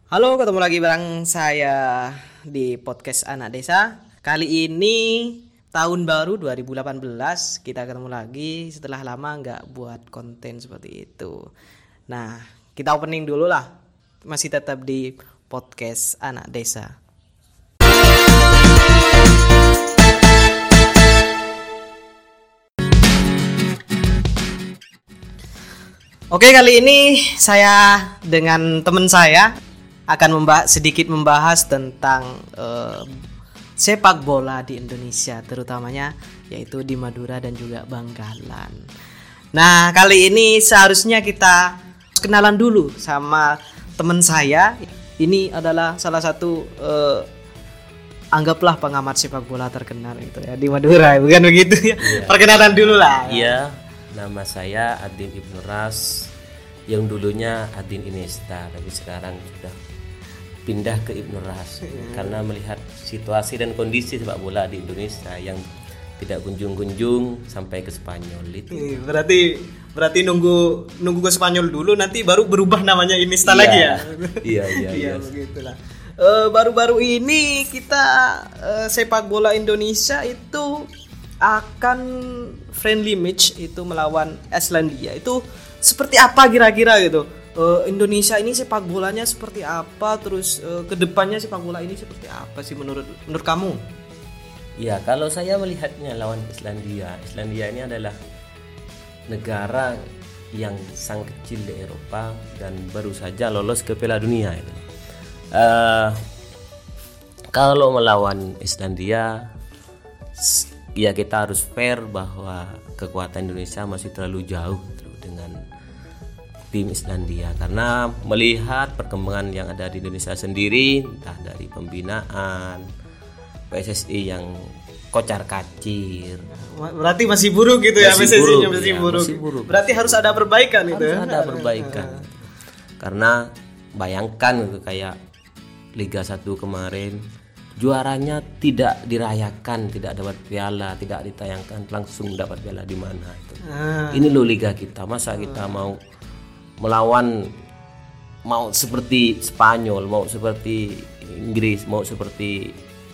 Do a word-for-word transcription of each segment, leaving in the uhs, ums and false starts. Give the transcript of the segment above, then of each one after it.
Halo, ketemu lagi bareng saya di podcast Anak Desa. Kali ini tahun baru dua ribu delapan belas kita ketemu lagi setelah lama nggak buat konten seperti itu. Nah, kita opening dulu lah. Masih tetap di podcast Anak Desa. Oke, kali ini saya dengan teman saya akan membahas, sedikit membahas tentang uh, sepak bola di Indonesia, terutamanya yaitu di Madura dan juga Bangkalan. Nah, kali ini seharusnya kita kenalan dulu sama teman saya. Ini adalah salah satu uh, anggaplah pengamat sepak bola terkenal itu ya di Madura, bukan begitu ya? Iya. Perkenalan dulu lah. Iya, nama saya Adin Ibnu Ras, yang dulunya Adin Iniesta, tapi sekarang sudah pindah ke Ibnu Ras hmm. karena melihat situasi dan kondisi sepak bola di Indonesia yang tidak kunjung-kunjung sampai ke Spanyol itu. Berarti berarti nunggu nunggu ke Spanyol dulu, nanti baru berubah namanya Iniesta iya. lagi ya. Iya iya iya. Begitulah. Uh, baru-baru ini kita uh, sepak bola Indonesia itu akan friendly match itu melawan Islandia. Itu seperti apa kira-kira gitu? Uh, Indonesia ini sepak bolanya seperti apa, terus uh, kedepannya sepak bola ini seperti apa sih menurut menurut kamu? Ya, kalau saya melihatnya lawan Islandia, Islandia ini adalah negara yang sangat kecil di Eropa dan baru saja lolos ke Piala Dunia. Itu. Uh, kalau melawan Islandia, ya kita harus fair bahwa kekuatan Indonesia masih terlalu jauh dengan tim Islandia, karena melihat perkembangan yang ada di Indonesia sendiri, entah dari pembinaan, P S S I yang kocar kacir. Berarti masih buruk gitu ya, P S S I-nya masih, ya, buruk. masih buruk. Berarti harus ada perbaikan harus itu. Harus ada perbaikan. Karena bayangkan gitu, kayak Liga satu kemarin juaranya tidak dirayakan, tidak dapat piala, tidak ditayangkan, langsung dapat piala di mana itu. Ah. Ini loh liga kita, masa kita ah. mau melawan, mau seperti Spanyol, mau seperti Inggris, mau seperti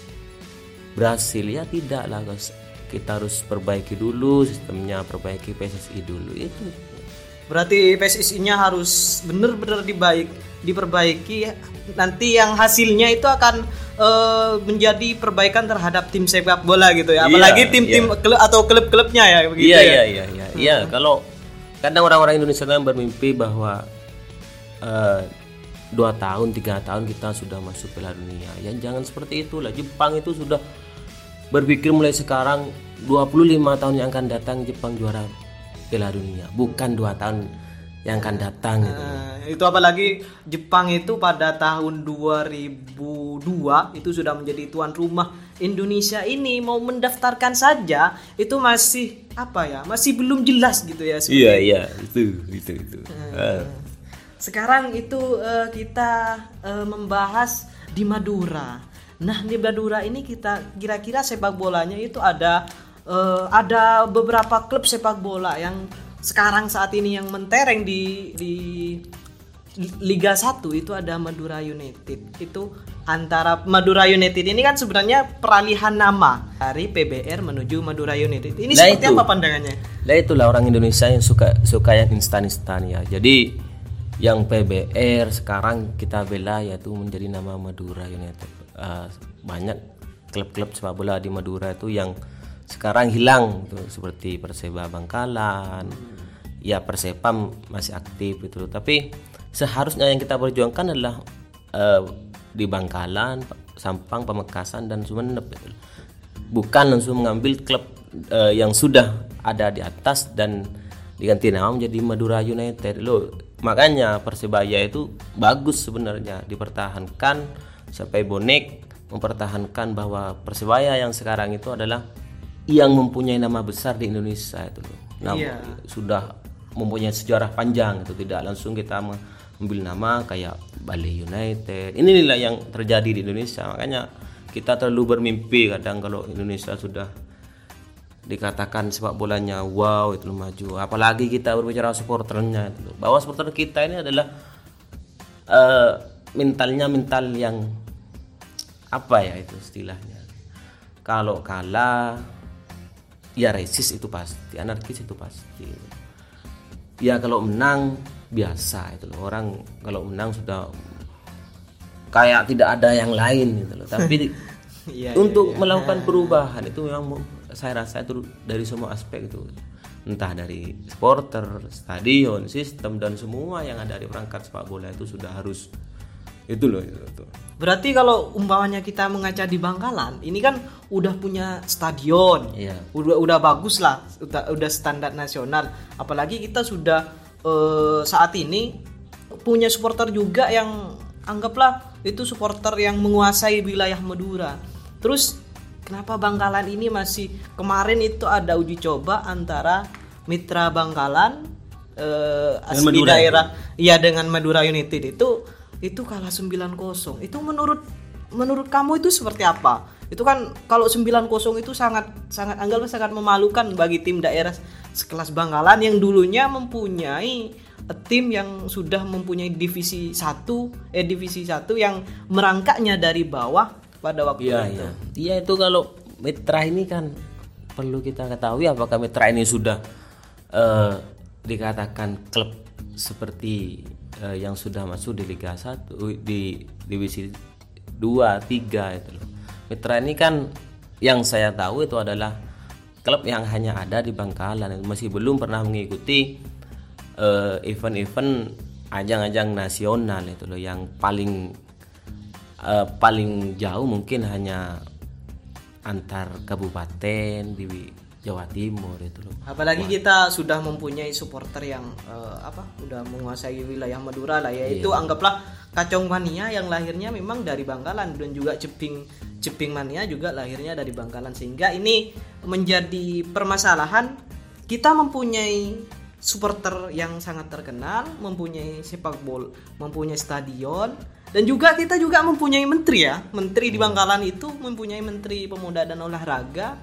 Brasil, ya tidak lah, guys. Kita harus perbaiki dulu sistemnya, perbaiki P S S I dulu itu. Berarti P S S I-nya harus benar-benar dibaik, diperbaiki. Nanti yang hasilnya itu akan uh, menjadi perbaikan terhadap tim sepak bola gitu ya. Apalagi iya, tim-tim iya. klub atau klub-klubnya ya begitu iya, ya. Iya iya iya iya. Hmm. Kalau kadang orang-orang Indonesia kan bermimpi bahwa uh, dua tahun, tiga tahun kita sudah masuk Piala Dunia. Ya jangan seperti itulah. Jepang itu sudah berpikir mulai sekarang dua puluh lima tahun yang akan datang Jepang juara Piala Dunia, bukan dua tahun yang akan datang gitu. Nah, itu apalagi Jepang itu pada tahun dua ribu dua itu sudah menjadi tuan rumah. Indonesia ini mau mendaftarkan saja itu masih apa ya? Masih belum jelas gitu ya. Iya iya, itu itu itu. Hmm. Sekarang itu uh, kita uh, membahas di Madura. Nah, di Madura ini kita kira-kira sepak bolanya itu ada uh, ada beberapa klub sepak bola yang sekarang saat ini yang mentereng di di Liga satu itu ada Madura United. Itu antara Madura United ini kan sebenarnya peralihan nama dari P B R menuju Madura United. Ini nah seperti itu. Apa pandangannya? Lah itulah orang Indonesia yang suka suka yang instan-instan ya. Jadi yang P B R sekarang kita bela yaitu menjadi nama Madura United. Uh, banyak klub-klub sepak bola di Madura itu yang sekarang hilang tuh, seperti Perseba Bangkalan, ya Persepam masih aktif itu, tapi seharusnya yang kita perjuangkan adalah uh, di Bangkalan, Sampang, Pamekasan dan Sumeneb itu. Bukan langsung mengambil klub uh, yang sudah ada di atas dan diganti nama menjadi Madura United loh. Makanya Persebaya itu bagus sebenarnya dipertahankan sampai bonek mempertahankan bahwa Persebaya yang sekarang itu adalah yang mempunyai nama besar di Indonesia itu loh. Nah, iya. Sudah mempunyai sejarah panjang itu, tidak langsung kita mengambil nama kayak Bali United. Inilah yang terjadi di Indonesia. Makanya kita terlalu bermimpi kadang kalau Indonesia sudah dikatakan sepak bolanya wow itu maju. Apalagi kita berbicara supporternya itu. Bahwa supporter kita ini adalah uh, mentalnya mental yang apa ya itu istilahnya, kalau kalah ya resist itu pasti, anarkis itu pasti. Ya kalau menang biasa itu loh, orang kalau menang sudah kayak tidak ada yang lain gitu loh. Tapi Iya, untuk iya, iya. melakukan perubahan itu memang saya rasa itu dari semua aspek itu, entah dari supporter, stadion, sistem dan semua yang ada di perangkat sepak bola itu sudah harus itu loh itu, itu. Berarti kalau umpamanya kita mengaca di Bangkalan, ini kan udah punya stadion, Iya. udah udah bagus lah, udah, udah standar nasional. Apalagi kita sudah eh, saat ini punya supporter juga yang anggaplah itu supporter yang menguasai wilayah Madura. Terus kenapa Bangkalan ini masih, kemarin itu ada uji coba antara Mitra Bangkalan eh, asli Madura daerah, iya dengan Madura United itu itu kalah sembilan kosong. Itu menurut menurut kamu itu seperti apa? Itu kan kalau sembilan kosong itu sangat sangat anggaplah sangat memalukan bagi tim daerah sekelas Bangkalan yang dulunya mempunyai tim yang sudah mempunyai divisi satu eh divisi satu yang merangkaknya dari bawah pada waktu Iya, itu. iya. Iya itu kalau Mitra ini kan perlu kita ketahui apakah Mitra ini sudah eh, dikatakan klub seperti eh, yang sudah masuk di Liga satu, di divisi dua, tiga itu loh. Mitra ini kan yang saya tahu itu adalah klub yang hanya ada di Bangkalan, masih belum pernah mengikuti eh, event-event ajang-ajang nasional itu loh, yang paling Uh, paling jauh mungkin hanya antar kabupaten di Jawa Timur itu loh. Apalagi kita sudah mempunyai supporter yang eh, apa udah menguasai wilayah Madura lah, yaitu Iya. anggaplah Kacong Mania yang lahirnya memang dari Bangkalan, dan juga Ceping Ceping Mania juga lahirnya dari Bangkalan, sehingga ini menjadi permasalahan. Kita mempunyai supporter yang sangat terkenal, mempunyai sepak bola, mempunyai stadion, dan juga kita juga mempunyai menteri ya. Menteri di Bangkalan itu mempunyai Menteri Pemuda dan Olahraga.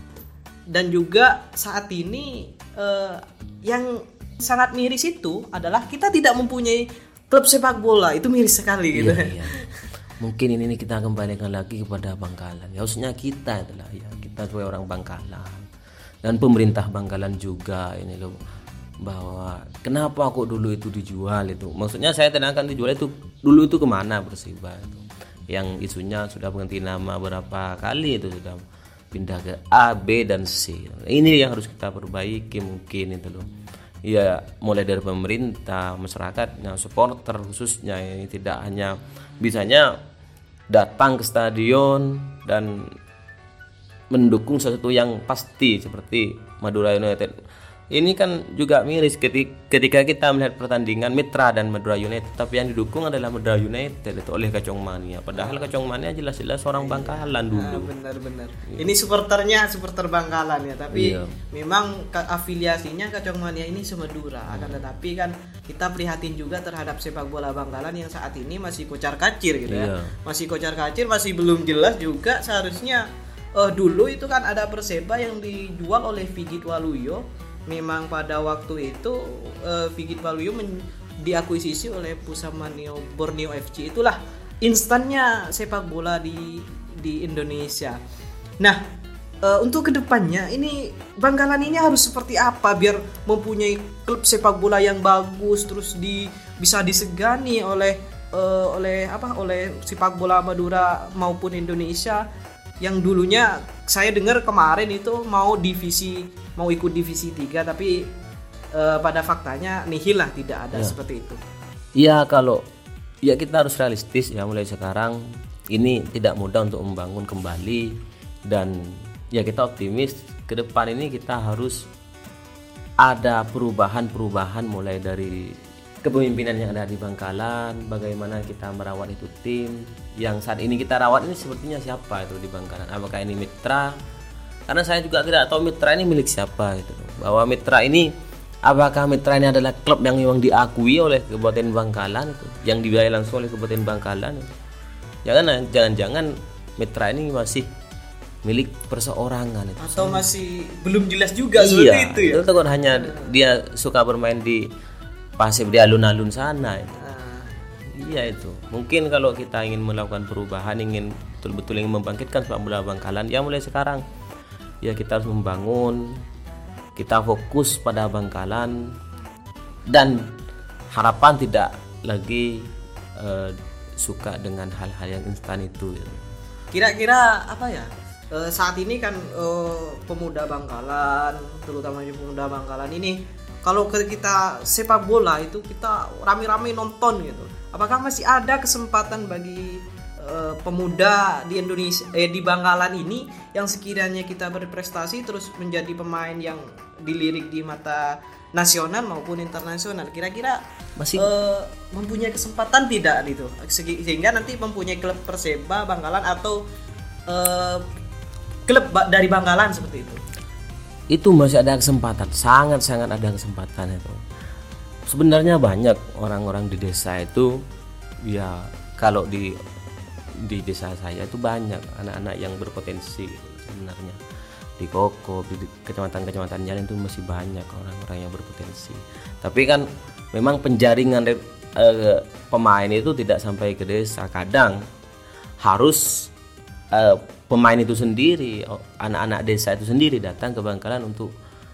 Dan juga saat ini eh, yang sangat miris itu adalah kita tidak mempunyai klub sepak bola. Itu miris sekali gitu. Iya, iya. Mungkin ini kita kembalikan lagi kepada Bangkalan. Ya, harusnya kita itulah ya, kita sebagai orang Bangkalan dan pemerintah Bangkalan juga ini loh, bahwa kenapa kok dulu itu dijual itu. Maksudnya saya tanyakan dijual itu dulu itu kemana Persiba itu, yang isunya sudah berganti nama berapa kali itu, sudah pindah ke A, B dan C. Ini yang harus kita perbaiki mungkin itu loh. Ya mulai dari pemerintah, masyarakatnya, supporter khususnya, ini tidak hanya bisanya datang ke stadion dan mendukung sesuatu yang pasti seperti Madura United. Ini kan juga miris ketika kita melihat pertandingan Mitra dan Madura United, tapi yang didukung adalah Madura United itu oleh Kacong Mania. Padahal Kacong Mania jelas-jelas orang Bangkalan dulu. Nah, benar-benar. Ini supporternya supporter Bangkalan ya, tapi Iya. memang ke- afiliasinya Kacong Mania ini semadura. Akan tetapi kan kita prihatin juga terhadap sepak bola Bangkalan yang saat ini masih kocar-kacir gitu ya. Iya. Masih kocar-kacir, masih belum jelas juga. Seharusnya eh, dulu itu kan ada Perseba yang dijual oleh Vigit Waluyo. Memang pada waktu itu uh, Vigit Waluyo men- diakuisisi oleh Pusamania Borneo F C. Itulah instannya sepak bola di di Indonesia. Nah, uh, untuk kedepannya ini Bangkalan ini harus seperti apa biar mempunyai klub sepak bola yang bagus, terus di bisa disegani oleh uh, oleh apa oleh sepak bola Madura maupun Indonesia, yang dulunya saya dengar kemarin itu mau divisi mau ikut divisi tiga, tapi uh, pada faktanya nihil lah, tidak ada Ya. seperti itu. Iya, kalau ya kita harus realistis ya, mulai sekarang ini tidak mudah untuk membangun kembali, dan ya kita optimis ke depan ini kita harus ada perubahan-perubahan mulai dari kepemimpinan yang ada di Bangkalan, bagaimana kita merawat itu tim yang saat ini kita rawat ini sepertinya siapa itu di Bangkalan, apakah ini Mitra, karena saya juga tidak tahu Mitra ini milik siapa itu, bahwa Mitra ini apakah Mitra ini adalah klub yang memang diakui oleh Kabupaten Bangkalan itu, yang dibiayai langsung oleh Kabupaten Bangkalan itu. Jangan jangan-jangan Mitra ini masih milik perseorangan itu. Atau masih belum jelas juga seperti Iya, itu ya. itu kan hanya dia suka bermain di pasif di alun-alun sana itu. Nah, Iya itu. Mungkin kalau kita ingin melakukan perubahan, ingin betul-betul ingin membangkitkan sepak bola Bangkalan, ya mulai sekarang. Ya kita harus membangun, kita fokus pada Bangkalan dan harapan tidak lagi uh, suka dengan hal-hal yang instan itu. Kira-kira apa ya? E, saat ini kan e, pemuda Bangkalan, terutama pemuda Bangkalan ini, kalau kita sepak bola itu kita rame-rame nonton gitu. Apakah masih ada kesempatan bagi e, pemuda di Indonesia, eh, di Bangkalan ini yang sekiranya kita berprestasi terus menjadi pemain yang dilirik di mata nasional maupun internasional, kira-kira masih uh, mempunyai kesempatan tidak gitu, sehingga nanti mempunyai klub Perseba Bangkalan atau uh, klub dari Bangkalan seperti itu? Itu masih ada kesempatan, sangat-sangat ada kesempatan itu. Sebenarnya banyak orang-orang di desa itu, ya kalau di di desa saya itu banyak anak-anak yang berpotensi sebenarnya. Di Koko, di kecamatan-kecamatan jalan itu masih banyak orang-orang yang berpotensi. Tapi kan memang penjaringan eh, pemain itu tidak sampai ke desa. Kadang harus eh, pemain itu sendiri, anak-anak desa itu sendiri datang ke Bangkalan untuk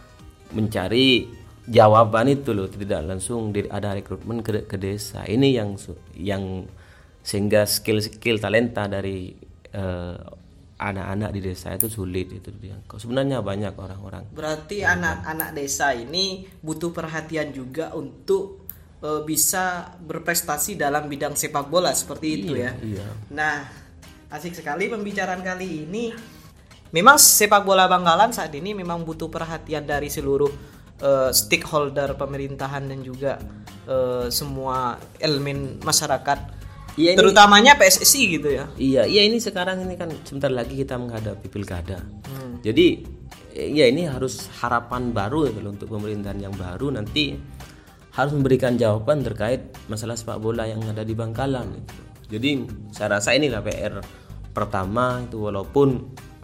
mencari jawaban itu loh. Tidak langsung ada rekrutmen ke, ke desa. Ini yang yang sehingga skill-skill talenta dari eh, anak-anak di desa itu sulit itu dia. Sebenarnya banyak orang-orang. Berarti anak-anak desa ini butuh perhatian juga untuk e, bisa berprestasi dalam bidang sepak bola seperti itu iya, ya. Iya. Nah, asik sekali pembicaraan kali ini. Memang sepak bola Bangkalan saat ini memang butuh perhatian dari seluruh e, stakeholder pemerintahan dan juga e, semua elemen masyarakat. Ya, ini, terutamanya P S S I gitu ya. Iya, iya ini sekarang ini kan sebentar lagi kita menghadapi pilkada. Hmm. Jadi ya ini harus harapan baru ya untuk pemerintahan yang baru nanti harus memberikan jawaban terkait masalah sepak bola yang ada di Bangkalan gitu. Jadi saya rasa inilah P R pertama itu, walaupun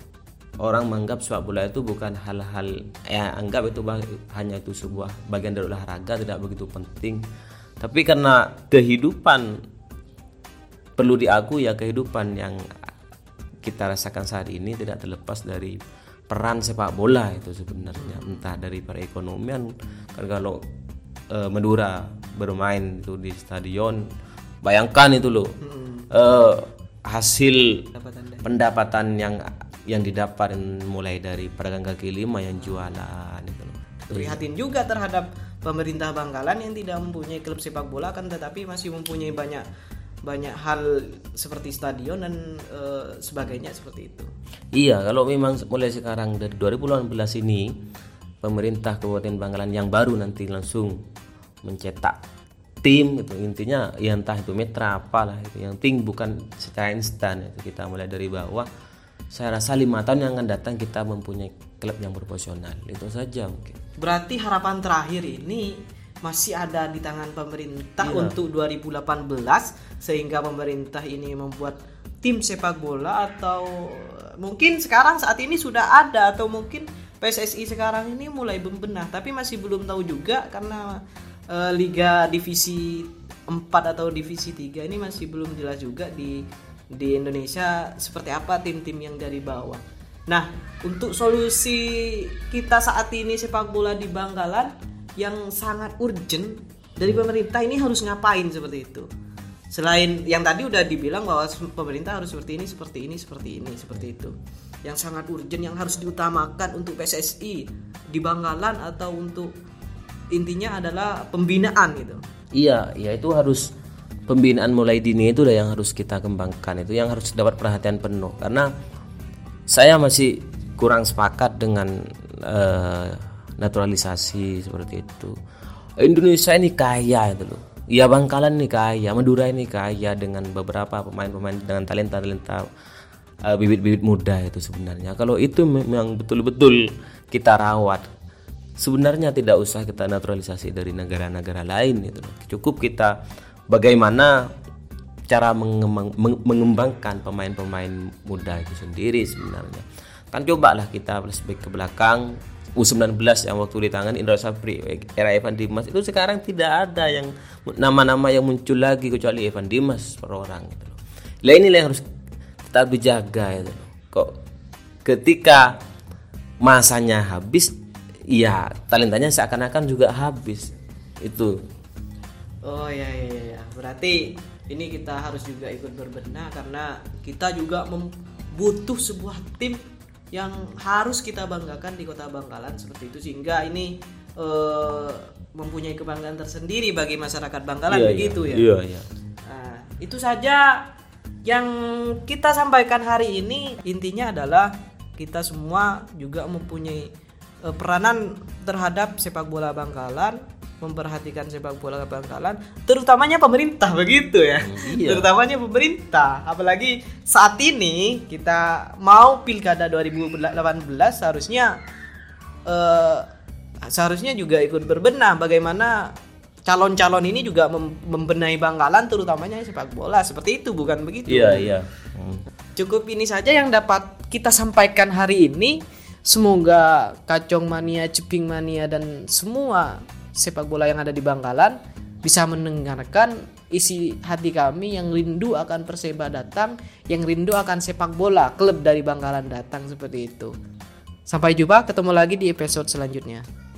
orang menganggap sepak bola itu bukan hal-hal ya anggap itu hanya itu sebuah bagian dari olahraga, tidak begitu penting. Tapi karena kehidupan, perlu diakui ya, kehidupan yang kita rasakan saat ini tidak terlepas dari peran sepak bola itu sebenarnya, entah dari perekonomian kan. Kalau e, Madura bermain itu di stadion, bayangkan itu loh hmm. e, hasil pendapatan, pendapatan yang yang didapat mulai dari pedagang kaki lima yang jualan itu loh. Prihatin juga terhadap pemerintah Bangkalan yang tidak mempunyai klub sepak bola kan, tetapi masih mempunyai banyak banyak hal seperti stadion dan e, sebagainya seperti itu. Iya, kalau memang mulai sekarang dari dua ribu delapan belas ini pemerintah Kabupaten Bangkalan yang baru nanti langsung mencetak tim itu, intinya ya entah itu mitra apalah itu, yang penting bukan secara instan itu, kita mulai dari bawah. Saya rasa lima tahun yang akan datang kita mempunyai klub yang profesional, itu saja mungkin. Berarti harapan terakhir ini masih ada di tangan pemerintah iya. untuk dua ribu delapan belas, sehingga pemerintah ini membuat tim sepak bola, atau mungkin sekarang saat ini sudah ada, atau mungkin P S S I sekarang ini mulai membenah, tapi masih belum tahu juga karena e, Liga Divisi empat atau Divisi tiga ini masih belum jelas juga di di Indonesia seperti apa tim-tim yang dari bawah. Nah, untuk solusi kita saat ini sepak bola di Bangkalan yang sangat urgent dari pemerintah ini harus ngapain seperti itu? Selain yang tadi udah dibilang bahwa pemerintah harus seperti ini, seperti ini, seperti ini, seperti itu. Yang sangat urgent yang harus diutamakan untuk P S S I di Bangkalan, atau untuk intinya adalah pembinaan gitu. Iya, ya itu harus pembinaan mulai dini itu udah yang harus kita kembangkan, itu yang harus dapat perhatian penuh. Karena saya masih kurang sepakat dengan uh, naturalisasi seperti itu. Indonesia ini kaya itu loh. Ya Bangkalan ini kaya, Madura ini kaya dengan beberapa pemain-pemain dengan talenta-talenta uh, bibit-bibit muda itu sebenarnya. Kalau itu memang betul-betul kita rawat, sebenarnya tidak usah kita naturalisasi dari negara-negara lain itu loh. Cukup kita bagaimana cara mengembang, mengembangkan pemain-pemain muda itu sendiri sebenarnya. Kan cobalah kita flashback ke belakang. U sembilan belas yang waktu di tangan Indra Safri, era Evan Dimas, itu sekarang tidak ada yang nama-nama yang muncul lagi kecuali Evan Dimas per orang gitu loh. Lah inilah yang harus tetap dijaga gitu loh. Kok ketika masanya habis, ya talentanya seakan-akan juga habis itu. Oh ya ya ya. Berarti ini kita harus juga ikut berbenah karena kita juga mem- butuh sebuah tim yang harus kita banggakan di Kota Bangkalan seperti itu, sehingga ini uh, mempunyai kebanggaan tersendiri bagi masyarakat Bangkalan, iya, begitu iya. ya. Iya, iya. Nah, itu saja yang kita sampaikan hari ini. Intinya adalah kita semua juga mempunyai uh, peranan terhadap sepak bola Bangkalan, memperhatikan sepak bola Bangkalan, terutamanya pemerintah, begitu ya. Hmm, iya. Terutamanya pemerintah. Apalagi saat ini kita mau Pilkada dua ribu delapan belas, seharusnya eh, seharusnya juga ikut berbenah bagaimana calon-calon ini juga mem- membenahi Bangkalan, terutamanya sepak bola. Seperti itu, bukan begitu? Iya, iya. Hmm. Cukup ini saja yang dapat kita sampaikan hari ini. Semoga Kacong Mania, Ceping Mania, dan semua sepak bola yang ada di Bangkalan bisa mendengarkan isi hati kami yang rindu akan Perseba datang, yang rindu akan sepak bola klub dari Bangkalan datang, seperti itu. Sampai jumpa, ketemu lagi di episode selanjutnya.